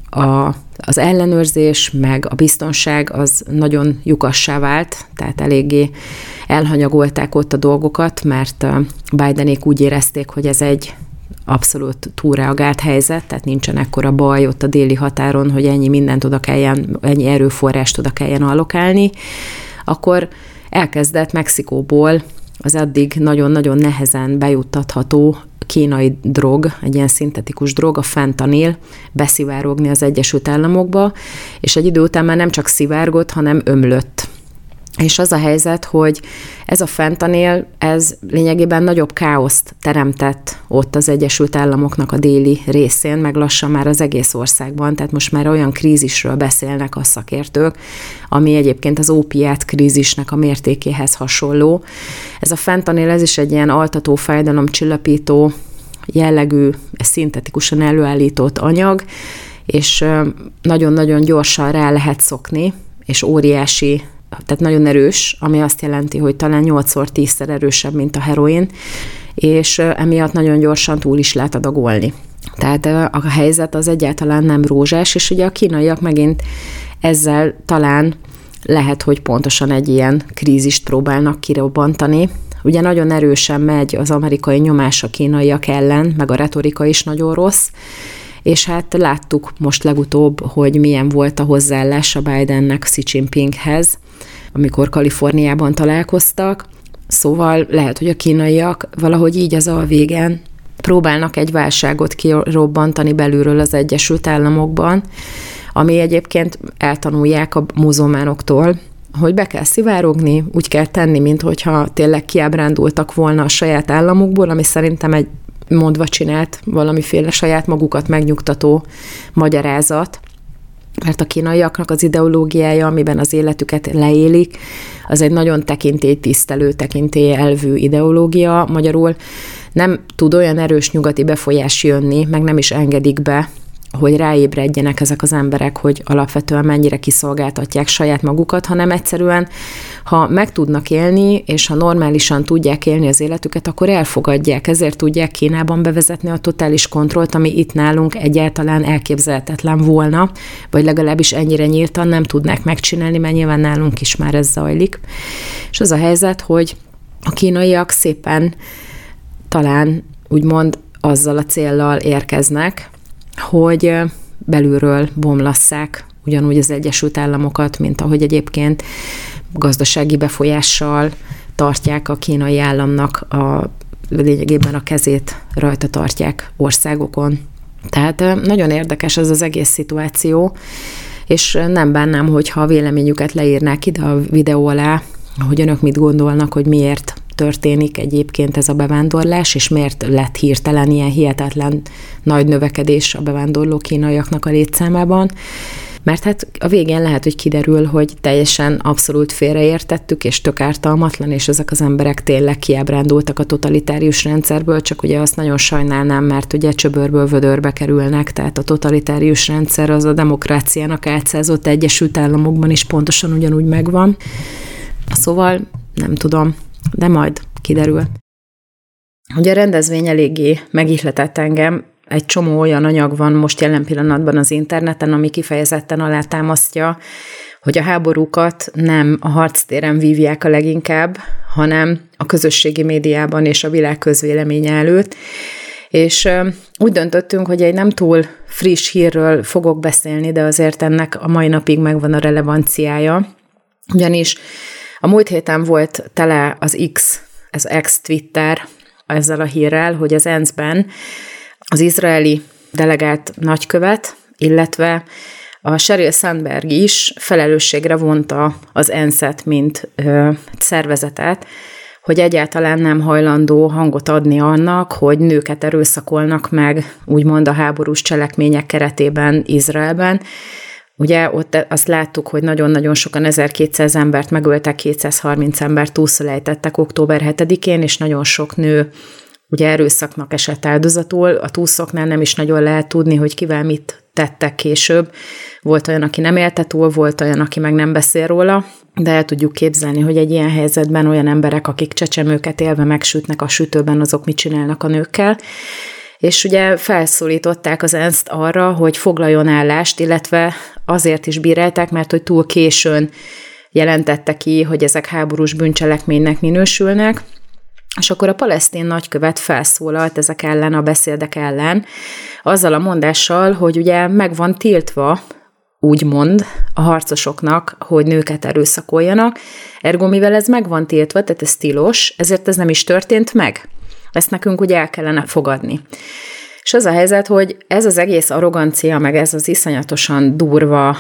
a az ellenőrzés, meg a biztonság az nagyon lyukassá vált, tehát eléggé elhanyagolták ott a dolgokat, mert Bidenék úgy érezték, hogy ez egy abszolút túlreagált helyzet, tehát nincsen ekkora baj ott a déli határon, hogy ennyi mindent oda kelljen, ennyi erőforrást oda kelljen allokálni, akkor elkezdett Mexikóból az addig nagyon-nagyon nehezen bejuttatható kínai drog, egy ilyen szintetikus drog, a fentanil beszivárogni az Egyesült Államokba, és egy idő után már nem csak szivárgott, hanem ömlött. És az a helyzet, hogy ez a fentanil, ez lényegében nagyobb káoszt teremtett ott az Egyesült Államoknak a déli részén, meg lassan már az egész országban, tehát most már olyan krízisről beszélnek a szakértők, ami egyébként az ópiát krízisnek a mértékéhez hasonló. Ez a fentanil, ez is egy ilyen altató, fájdalomcsillapító jellegű, szintetikusan előállított anyag, és nagyon-nagyon gyorsan rá lehet szokni, és óriási, tehát nagyon erős, ami azt jelenti, hogy talán nyolcszor, tízszer erősebb, mint a heroin, és emiatt nagyon gyorsan túl is lehet adagolni. Tehát a helyzet az egyáltalán nem rózsás, és ugye a kínaiak megint ezzel talán lehet, hogy pontosan egy ilyen krízist próbálnak kirobbantani. Ugye nagyon erősen megy az amerikai nyomás a kínaiak ellen, meg a retorika is nagyon rossz, és hát láttuk most legutóbb, hogy milyen volt a hozzáállás a Bidennek Xi Jinpinghez, amikor Kaliforniában találkoztak. Szóval lehet, hogy a kínaiak valahogy így az alvégen próbálnak egy válságot kirobbantani belülről az Egyesült Államokban, ami egyébként eltanulják a muzulmánoktól, hogy be kell szivárogni, úgy kell tenni, minthogyha tényleg kiábrándultak volna a saját államukból, ami szerintem egy mondva csinált valamiféle saját magukat megnyugtató magyarázat, mert a kínaiaknak az ideológiája, amiben az életüket leélik, az egy nagyon tekintélytisztelő, tekintélyelvű ideológia. Magyarul nem tud olyan erős nyugati befolyás jönni, meg nem is engedik be hogy ráébredjenek ezek az emberek, hogy alapvetően mennyire kiszolgáltatják saját magukat, hanem egyszerűen, ha meg tudnak élni, és ha normálisan tudják élni az életüket, akkor elfogadják. Ezért tudják Kínában bevezetni a totális kontrollt, ami itt nálunk egyáltalán elképzelhetetlen volna, vagy legalábbis ennyire nyíltan nem tudnák megcsinálni, mert nyilván nálunk is már ez zajlik. És az a helyzet, hogy a kínaiak szépen talán úgymond azzal a céllal érkeznek, hogy belülről bomlasszák ugyanúgy az Egyesült Államokat, mint ahogy egyébként gazdasági befolyással tartják a kínai államnak a lényegében a kezét rajta tartják országokon. Tehát nagyon érdekes ez az egész szituáció, és nem bánnám, hogyha a véleményüket leírnák ide a videó alá, hogy önök mit gondolnak, hogy miért történik egyébként ez a bevándorlás, és miért lett hirtelen ilyen hihetetlen nagy növekedés a bevándorló kínaiaknak a létszámában. Mert hát a végén lehet, hogy kiderül, hogy teljesen abszolút félreértettük, és tök ártalmatlan, és ezek az emberek tényleg kiábrándultak a totalitárius rendszerből, csak ugye azt nagyon sajnálnám, mert ugye csöbörből vödörbe kerülnek, tehát a totalitárius rendszer az a demokráciának álcázott Egyesült Államokban is pontosan ugyanúgy megvan. Szóval nem tudom, de majd kiderül. Ugye a rendezvény eléggé megihletett engem, egy csomó olyan anyag van most jelen pillanatban az interneten, ami kifejezetten alátámasztja, hogy a háborúkat nem a harctéren vívják a leginkább, hanem a közösségi médiában és a világ közvéleménye előtt. És úgy döntöttünk, hogy egy nem túl friss hírről fogok beszélni, de azért ennek a mai napig megvan a relevanciája. Ugyanis a múlt héten volt tele az X, az ex-Twitter ezzel a hírrel, hogy az ENSZ ben az izraeli delegált nagykövet, illetve a Sheryl Sandberg is felelősségre vonta az ENSZ-et, mint ö, szervezetet, hogy egyáltalán nem hajlandó hangot adni annak, hogy nőket erőszakolnak meg, úgymond a háborús cselekmények keretében Izraelben. Ugye ott azt láttuk, hogy nagyon-nagyon sokan, ezerkétszáz embert megöltek, kétszázharminc embert túlszölejtettek október hetedikén, és nagyon sok nő ugye erőszaknak esett áldozatul. A túlszoknál nem is nagyon lehet tudni, hogy kivel mit tettek később. Volt olyan, aki nem élte túl, volt olyan, aki meg nem beszél róla, de el tudjuk képzelni, hogy egy ilyen helyzetben olyan emberek, akik csecsemőket élve megsütnek a sütőben, azok mit csinálnak a nőkkel. És ugye felszólították az ENSZ-t arra, hogy foglaljon állást, illetve azért is bírálták, mert hogy túl későn jelentette ki, hogy ezek háborús bűncselekménynek minősülnek, és akkor a palesztin nagykövet felszólalt ezek ellen, a beszédek ellen, azzal a mondással, hogy ugye meg van tiltva, úgymond, a harcosoknak, hogy nőket erőszakoljanak, ergo mivel ez meg van tiltva, tehát ez tilos, ezért ez nem is történt meg. Ezt nekünk ugye el kellene fogadni. És az a helyzet, hogy ez az egész arrogancia, meg ez az iszonyatosan durva,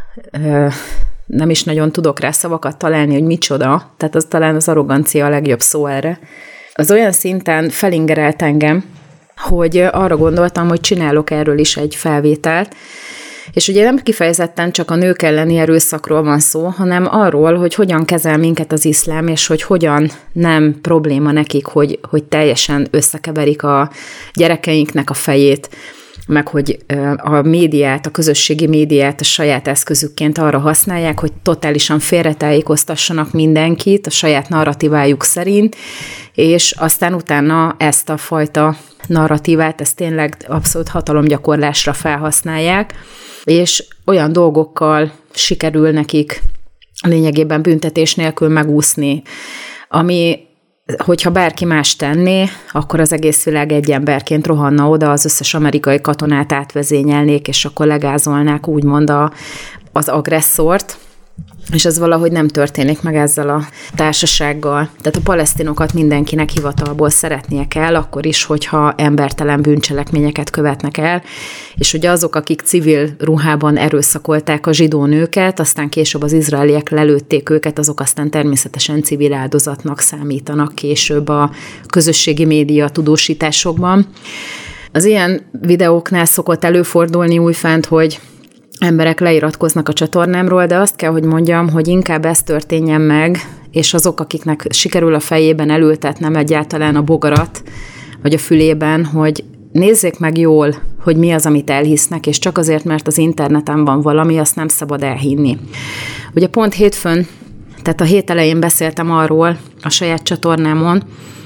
nem is nagyon tudok rá szavakat találni, hogy micsoda, tehát az talán az arrogancia a legjobb szó erre. Az olyan szinten felingerelt engem, hogy arra gondoltam, hogy csinálok erről is egy felvételt, és ugye nem kifejezetten csak a nők elleni erőszakról van szó, hanem arról, hogy hogyan kezel minket az iszlám, és hogy hogyan nem probléma nekik, hogy, hogy teljesen összekeverik a gyerekeinknek a fejét, meg hogy a médiát, a közösségi médiát a saját eszközükként arra használják, hogy totálisan félretájékoztassanak mindenkit a saját narratívájuk szerint, és aztán utána ezt a fajta narratívát, ezt tényleg abszolút hatalomgyakorlásra felhasználják, és olyan dolgokkal sikerül nekik lényegében büntetés nélkül megúszni, ami, hogyha bárki más tenné, akkor az egész világ egy emberként rohanna oda, az összes amerikai katonát átvezényelnék, és akkor legázolnák úgymond a, az agresszort, és ez valahogy nem történik meg ezzel a társasággal. Tehát a palesztinokat mindenkinek hivatalból szeretnie kell, akkor is, hogyha embertelen bűncselekményeket követnek el, és ugye azok, akik civil ruhában erőszakolták a zsidó nőket, aztán később az izraeliek lelőtték őket, azok aztán természetesen civil áldozatnak számítanak később a közösségi média tudósításokban. Az ilyen videóknál szokott előfordulni újfent, hogy emberek leiratkoznak a csatornámról, de azt kell, hogy mondjam, hogy inkább ez történjen meg, és azok, akiknek sikerül a fejében elültetnem egyáltalán a bogarat, vagy a fülében, hogy nézzék meg jól, hogy mi az, amit elhisznek, és csak azért, mert az interneten van valami, azt nem szabad elhinni. Ugye pont hétfőn, tehát a hét elején beszéltem arról a saját csatornámon,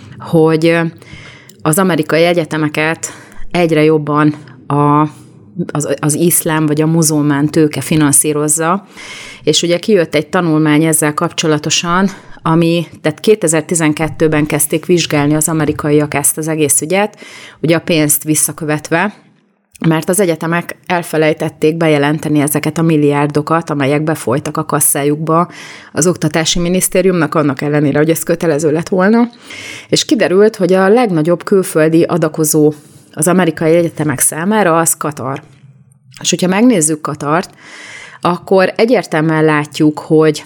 hogy az amerikai egyetemeket egyre jobban a, az, az iszlám vagy a muzulmán tőke finanszírozza, és ugye kijött egy tanulmány ezzel kapcsolatosan, ami, tehát kétezer-tizenkettőben kezdték vizsgálni az amerikaiak ezt az egész ügyet, ugye a pénzt visszakövetve, mert az egyetemek elfelejtették bejelenteni ezeket a milliárdokat, amelyek befolytak a kasszájukba az Oktatási Minisztériumnak, annak ellenére, hogy ez kötelező lett volna, és kiderült, hogy a legnagyobb külföldi adakozó az amerikai egyetemek számára az Katar. És hogyha megnézzük Katart, akkor egyértelműen látjuk, hogy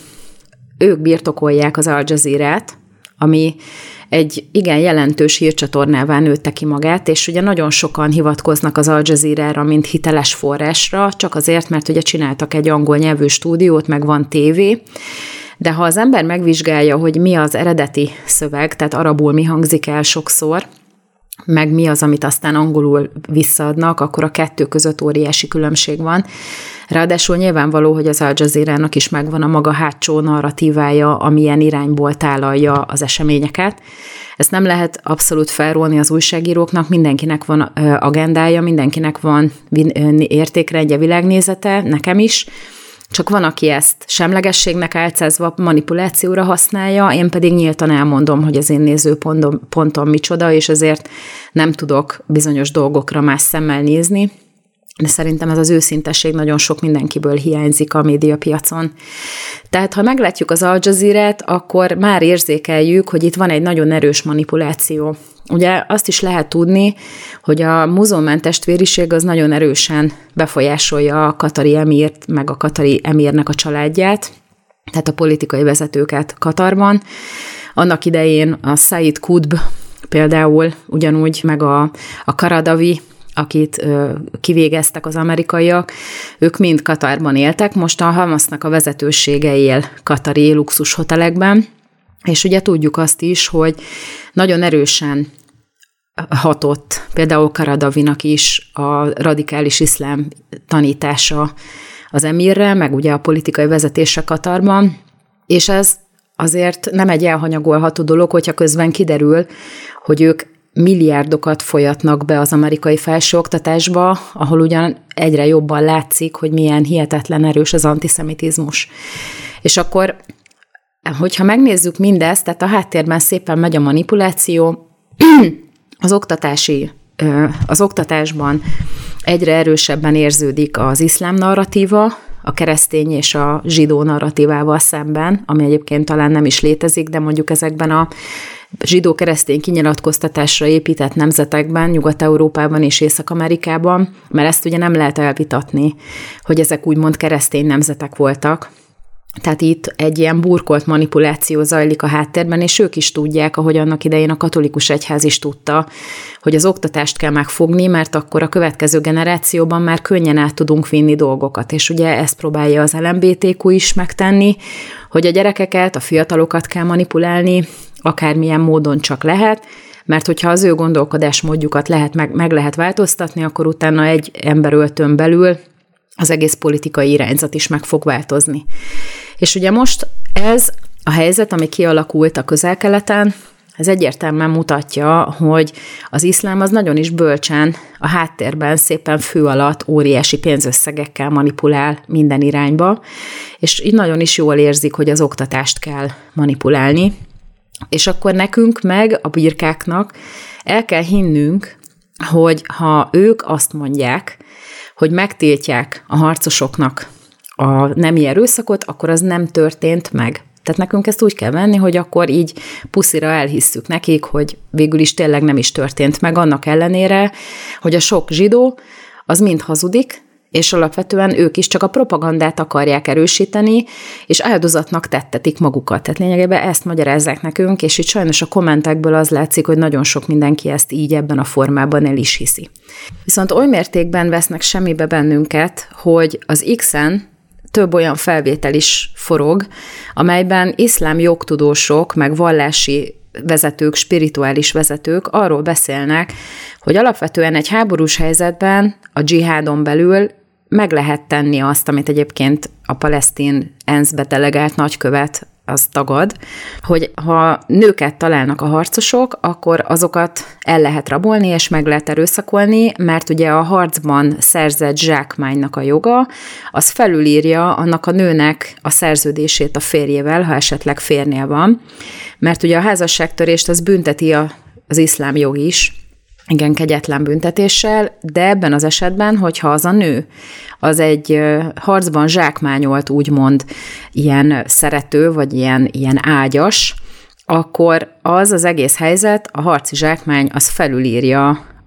ők birtokolják az Al Jazeera-t, ami egy igen jelentős hírcsatornává nőtte ki magát, és ugye nagyon sokan hivatkoznak az Al Jazeera-ra, mint hiteles forrásra, csak azért, mert ugye csináltak egy angol nyelvű stúdiót, meg van tévé, de ha az ember megvizsgálja, hogy mi az eredeti szöveg, tehát arabul mi hangzik el sokszor, meg mi az, amit aztán angolul visszaadnak, akkor a kettő között óriási különbség van. Ráadásul nyilvánvaló, hogy az Al Jazeera-nak is megvan a maga hátsó narratívája, amilyen irányból tálalja az eseményeket. Ezt nem lehet abszolút felrólni az újságíróknak, mindenkinek van agendája, mindenkinek van értékrendje, világnézete, nekem is, csak van, aki ezt semlegességnek álcázva manipulációra használja, én pedig nyíltan elmondom, hogy az én nézőpontom pontom micsoda, és ezért nem tudok bizonyos dolgokra más szemmel nézni, de szerintem ez az őszintesség nagyon sok mindenkiből hiányzik a médiapiacon. Tehát, ha meglátjuk az Al Jazeera-t, akkor már érzékeljük, hogy itt van egy nagyon erős manipuláció. Ugye azt is lehet tudni, hogy a muzulmán testvériség az nagyon erősen befolyásolja a katari emírt, meg a katari emírnek a családját, tehát a politikai vezetőket Katarban. Annak idején a Said Qutb például ugyanúgy, meg a, a Qaradawi, akit ö, kivégeztek az amerikaiak, ők mind Katarban éltek, most a Hamasnak a vezetősége él katari luxushotelekben, és ugye tudjuk azt is, hogy nagyon erősen hatott például Qaradawinak is a radikális iszlám tanítása az emírre, meg ugye a politikai vezetése Katarban, és ez azért nem egy elhanyagolható dolog, hogyha közben kiderül, hogy ők milliárdokat folyatnak be az amerikai felsőoktatásba, ahol ugyan egyre jobban látszik, hogy milyen hihetetlen erős az antiszemitizmus. És akkor, hogyha megnézzük mindezt, tehát a háttérben szépen megy a manipuláció, az oktatási, az oktatásban egyre erősebben érződik az iszlám narratíva, a keresztény és a zsidó narratívával szemben, ami egyébként talán nem is létezik, de mondjuk ezekben a zsidó-keresztény kinyilatkoztatásra épített nemzetekben, Nyugat-Európában és Észak-Amerikában, mert ezt ugye nem lehet elvitatni, hogy ezek úgymond keresztény nemzetek voltak. Tehát itt egy ilyen burkolt manipuláció zajlik a háttérben, és ők is tudják, ahogy annak idején a katolikus egyház is tudta, hogy az oktatást kell megfogni, mert akkor a következő generációban már könnyen át tudunk vinni dolgokat. És ugye ezt próbálja az el em bé té kú is megtenni, hogy a gyerekeket, a fiatalokat kell manipulálni, akármilyen módon csak lehet, mert hogyha az ő gondolkodásmódjukat lehet, meg, meg lehet változtatni, akkor utána egy emberöltön belül az egész politikai irányzat is meg fog változni. És ugye most ez a helyzet, ami kialakult a Közel-Keleten, ez egyértelműen mutatja, hogy az iszlám az nagyon is bölcsen a háttérben szépen fő alatt óriási pénzösszegekkel manipulál minden irányba, és így nagyon is jól érzik, hogy az oktatást kell manipulálni. És akkor nekünk meg, a birkáknak el kell hinnünk, hogy ha ők azt mondják, hogy megtiltják a harcosoknak a nemi erőszakot, akkor az nem történt meg. Tehát nekünk ezt úgy kell venni, hogy akkor így puszira elhisszük nekik, hogy végül is tényleg nem is történt meg, annak ellenére, hogy a sok zsidó az mind hazudik, és alapvetően ők is csak a propagandát akarják erősíteni, és áldozatnak tettetik magukat. Tehát lényegében ezt magyarázzák nekünk, és itt sajnos a kommentekből az látszik, hogy nagyon sok mindenki ezt így ebben a formában el is hiszi. Viszont oly mértékben vesznek semmibe bennünket, hogy az X-en több olyan felvétel is forog, amelyben iszlám jogtudósok, meg vallási vezetők, spirituális vezetők arról beszélnek, hogy alapvetően egy háborús helyzetben a dzsihádon belül meg lehet tenni azt, amit egyébként a palesztin ENSZ-be delegált nagykövet az tagad, hogy ha nőket találnak a harcosok, akkor azokat el lehet rabolni, és meg lehet erőszakolni, mert ugye a harcban szerzett zsákmánynak a joga, az felülírja annak a nőnek a szerződését a férjével, ha esetleg férnél van, mert ugye a házasságtörést az bünteti a, az iszlám jog is, igen, kegyetlen büntetéssel, de ebben az esetben, hogyha az a nő, az egy harcban zsákmányolt, úgymond ilyen szerető, vagy ilyen, ilyen ágyas, akkor az az egész helyzet, a harci zsákmány, az felülírja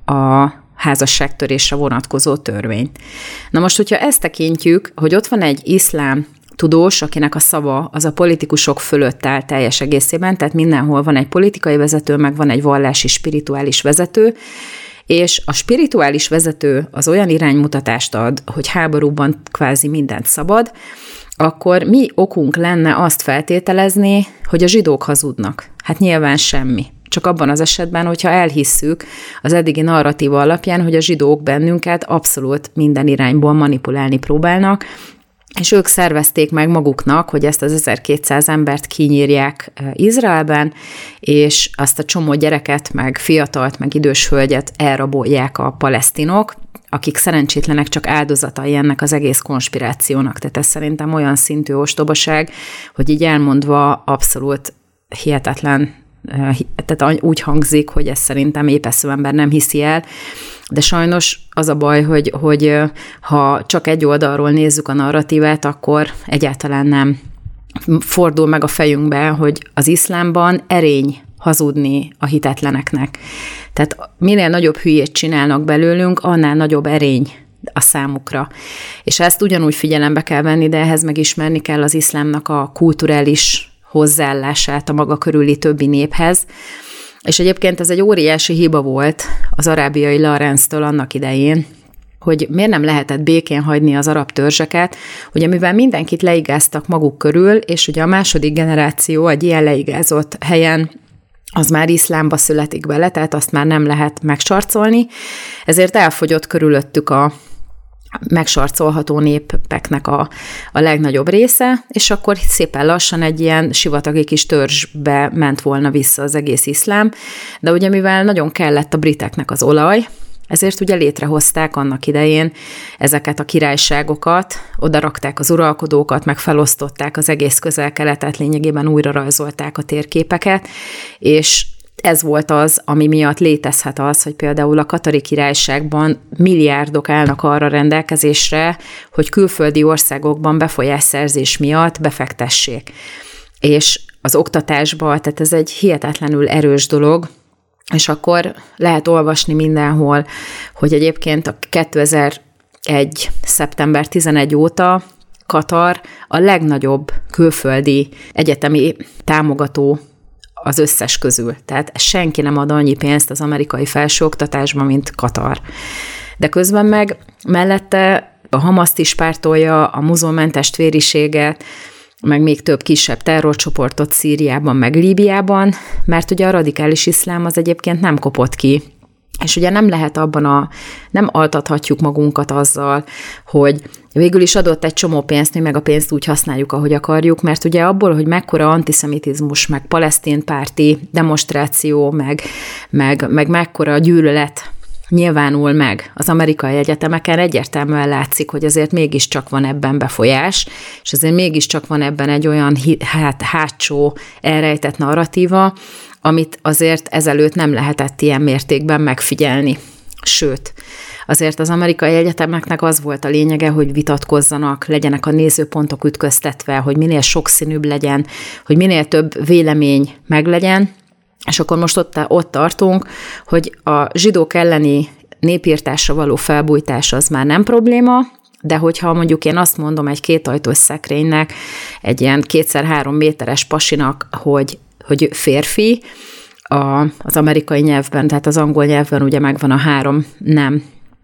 a házasságtörésre vonatkozó törvényt. Na most, hogyha ezt tekintjük, hogy ott van egy iszlám tudós, akinek a szava az a politikusok fölött áll teljes egészében, tehát mindenhol van egy politikai vezető, meg van egy vallási, spirituális vezető, és a spirituális vezető az olyan iránymutatást ad, hogy háborúban kvázi mindent szabad, akkor mi okunk lenne azt feltételezni, hogy a zsidók hazudnak? Hát nyilván semmi. Csak abban az esetben, hogyha elhisszük az eddigi narratíva alapján, hogy a zsidók bennünket abszolút minden irányból manipulálni próbálnak, és ők szervezték meg maguknak, hogy ezt az ezerkétszáz embert kinyírják Izraelben, és azt a csomó gyereket, meg fiatalt, meg idős hölgyet elrabolják a palesztinok, akik szerencsétlenek csak áldozatai ennek az egész konspirációnak. Tehát ez szerintem olyan szintű ostobaság, hogy így elmondva abszolút hihetetlen, tehát úgy hangzik, hogy ez szerintem épesző ember nem hiszi el, de sajnos az a baj, hogy, hogy ha csak egy oldalról nézzük a narratívát, akkor egyáltalán nem fordul meg a fejünkbe, hogy az iszlámban erény hazudni a hitetleneknek. Tehát minél nagyobb hülyét csinálnak belőlünk, annál nagyobb erény a számukra. És ezt ugyanúgy figyelembe kell venni, de ehhez megismerni kell az iszlámnak a kulturális hozzáállását a maga körüli többi néphez. És egyébként ez egy óriási hiba volt az arábiai Lawrence-től annak idején, hogy miért nem lehetett békén hagyni az arab törzseket, ugye mivel mindenkit leigáztak maguk körül, és ugye a második generáció egy ilyen leigázott helyen az már iszlámba születik bele, tehát azt már nem lehet megsarcolni, ezért elfogyott körülöttük a megsarcolható népeknek a, a legnagyobb része, és akkor szépen lassan egy ilyen sivatagi kis törzsbe ment volna vissza az egész iszlám, de ugye mivel nagyon kellett a briteknek az olaj, ezért ugye létrehozták annak idején ezeket a királyságokat, oda rakták az uralkodókat, meg felosztották az egész közel-keletet, lényegében újra rajzolták a térképeket, és ez volt az, ami miatt létezhet az, hogy például a Katari Királyságban milliárdok állnak arra rendelkezésre, hogy külföldi országokban befolyásszerzés miatt befektessék. És az oktatásban, tehát ez egy hihetetlenül erős dolog, és akkor lehet olvasni mindenhol, hogy egyébként a kétezer-egy. szeptember tizenegy óta Katar a legnagyobb külföldi egyetemi támogató az összes közül. Tehát senki nem ad annyi pénzt az amerikai felsőoktatásba, mint Katar. De közben meg mellette a Hamaszt is pártolja, a muzulmán testvériséget, meg még több kisebb terrorcsoportot Szíriában, meg Líbiában, mert ugye a radikális iszlám az egyébként nem kopott ki. És ugye nem lehet abban a, nem altathatjuk magunkat azzal, hogy végül is adott egy csomó pénzt, mi meg a pénzt úgy használjuk, ahogy akarjuk, mert ugye abból, hogy mekkora antiszemitizmus, meg palesztin párti demonstráció, meg, meg, meg mekkora gyűlölet nyilvánul meg az amerikai egyetemeken, egyértelműen látszik, hogy azért mégiscsak van ebben befolyás, és azért mégiscsak van ebben egy olyan hát, hátsó, elrejtett narratíva, amit azért ezelőtt nem lehetett ilyen mértékben megfigyelni. Sőt, azért az amerikai egyetemeknek az volt a lényege, hogy vitatkozzanak, legyenek a nézőpontok ütköztetve, hogy minél sokszínűbb legyen, hogy minél több vélemény meglegyen, és akkor most ott, ott tartunk, hogy a zsidók elleni népírtásra való felbújtás az már nem probléma, de hogyha mondjuk én azt mondom egy kétajtós szekrénynek, egy ilyen kétszer-három méteres pasinak, hogy, hogy férfi, a, az amerikai nyelvben, tehát az angol nyelvben ugye megvan a három nem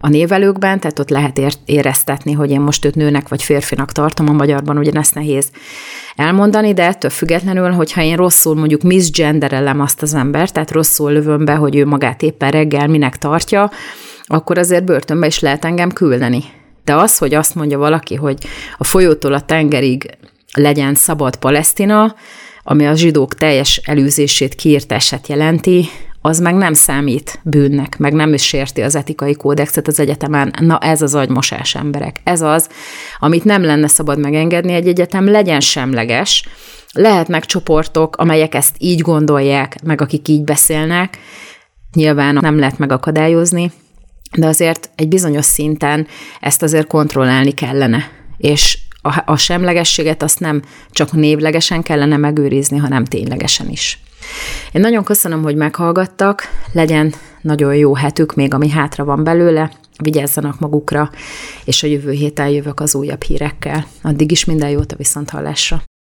a névelőkben, tehát ott lehet éreztetni, hogy én most őt nőnek vagy férfinak tartom, a magyarban ugyanezt nehéz elmondani, de ettől függetlenül, hogyha én rosszul mondjuk misgenderelem azt az embert, tehát rosszul lövöm be, hogy ő magát éppen reggel minek tartja, akkor azért börtönbe is lehet engem küldeni. De az, hogy azt mondja valaki, hogy a folyótól a tengerig legyen szabad Palesztina, ami a zsidók teljes elűzését, kiirtását jelenti, az meg nem számít bűnnek, meg nem is sérti az etikai kódexet az egyetemen. Na ez az agymosás, emberek. Ez az, amit nem lenne szabad megengedni egy egyetem, legyen semleges. Lehetnek csoportok, amelyek ezt így gondolják, meg akik így beszélnek. Nyilván nem lehet megakadályozni, de azért egy bizonyos szinten ezt azért kontrollálni kellene. És a, a semlegességet azt nem csak névlegesen kellene megőrizni, hanem ténylegesen is. Én nagyon köszönöm, hogy meghallgattak, legyen nagyon jó hetük még, ami hátra van belőle, vigyázzanak magukra, és a jövő héten jövök az újabb hírekkel. Addig is minden jót, a viszonthallásra!